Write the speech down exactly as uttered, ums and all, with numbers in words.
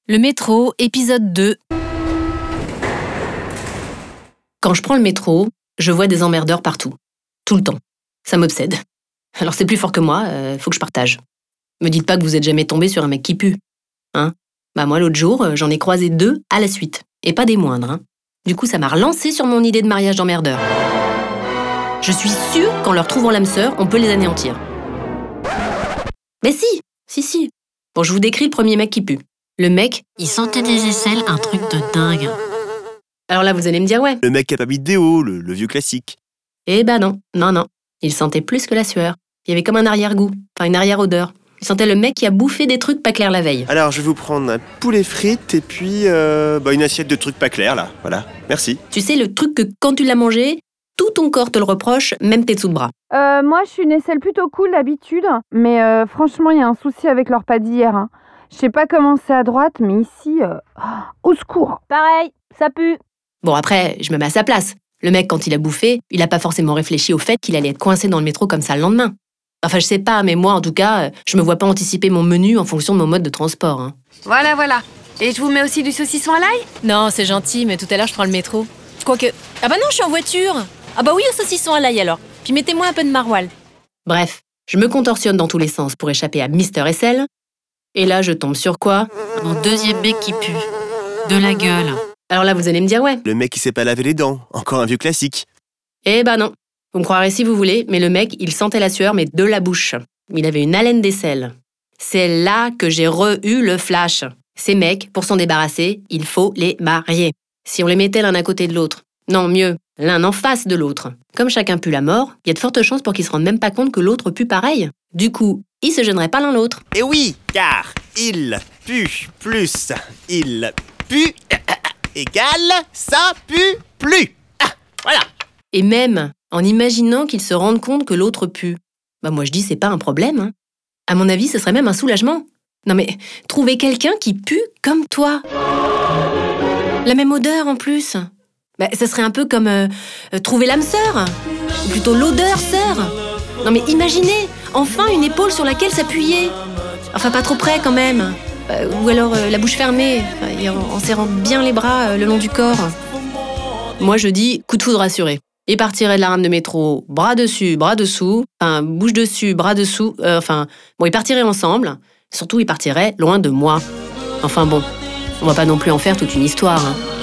Le métro, épisode deux. Quand je prends le métro, je vois des emmerdeurs partout. Tout le temps. Ça m'obsède. Alors c'est plus fort que moi, euh, faut que je partage. Me dites pas que vous êtes jamais tombé sur un mec qui pue. Hein ? Bah moi l'autre jour, j'en ai croisé deux à la suite. Et pas des moindres. Hein. Du coup, ça m'a relancé sur mon idée de mariage d'emmerdeur. Je suis sûre qu'en leur trouvant l'âme sœur, on peut les anéantir. Mais si, si, si. Bon, je vous décris le premier mec qui pue. Le mec, il sentait des aisselles, un truc de dingue. Alors là, vous allez me dire ouais. Le mec qui a pas mis de déo, le, le vieux classique. Eh ben non, non, non. Il sentait plus que la sueur. Il y avait comme un arrière-goût, enfin une arrière-odeur. Il sentait le mec qui a bouffé des trucs pas clairs la veille. Alors, je vais vous prendre un poulet frites et puis euh, bah, une assiette de trucs pas clairs, là. Voilà, merci. Tu sais, le truc que quand tu l'as mangé, tout ton corps te le reproche, même tes dessous de bras. Euh, moi, je suis une aisselle plutôt cool d'habitude, mais euh, franchement, il y a un souci avec leur pas d'hier. Hein. Je sais pas comment c'est à droite, mais ici, euh, au secours. Pareil, ça pue. Bon, après, je me mets à sa place. Le mec, quand il a bouffé, il a pas forcément réfléchi au fait qu'il allait être coincé dans le métro comme ça le lendemain. Enfin, je sais pas, mais moi, en tout cas, je me vois pas anticiper mon menu en fonction de mon mode de transport. Hein. Voilà, voilà. Et je vous mets aussi du saucisson à l'ail ? Non, c'est gentil, mais tout à l'heure, je prends le métro. Je crois que... Ah bah non, je suis en voiture. Ah bah oui, au saucisson à l'ail alors. Puis mettez-moi un peu de maroilles. Bref, je me contorsionne dans tous les sens pour échapper à Mister S L. Et là, je tombe sur quoi ? Mon deuxième mec qui pue. De la gueule. Alors là, vous allez me dire ouais. Le mec qui sait pas laver les dents, encore un vieux classique. Eh ben non. Vous me croirez si vous voulez, mais le mec, il sentait la sueur, mais de la bouche. Il avait une haleine d'aisselle. C'est là que j'ai re-eu le flash. Ces mecs, pour s'en débarrasser, il faut les marier. Si on les mettait l'un à côté de l'autre. Non, mieux, l'un en face de l'autre. Comme chacun pue la mort, il y a de fortes chances pour qu'ils se rendent même pas compte que l'autre pue pareil. Du coup, ils se gêneraient pas l'un l'autre. Et oui, car il pue plus, il pue égale ça pue plus. Ah, voilà. Et même en imaginant qu'ils se rendent compte que l'autre pue. Bah moi je dis c'est pas un problème. Hein. À mon avis, ce serait même un soulagement. Non mais, trouver quelqu'un qui pue comme toi. La même odeur en plus. Bah, ça serait un peu comme euh, euh, trouver l'âme sœur. Ou plutôt l'odeur sœur. Non mais imaginez, enfin une épaule sur laquelle s'appuyer. Enfin pas trop près quand même. Euh, ou alors euh, la bouche fermée, euh, en, en serrant bien les bras euh, le long du corps. Moi je dis coup de foudre assuré. Il partirait de la rame de métro, bras dessus, bras dessous, enfin bouche dessus, bras dessous, euh, enfin bon ils partiraient ensemble. Surtout ils partiraient loin de moi. Enfin bon, on va pas non plus en faire toute une histoire. Hein.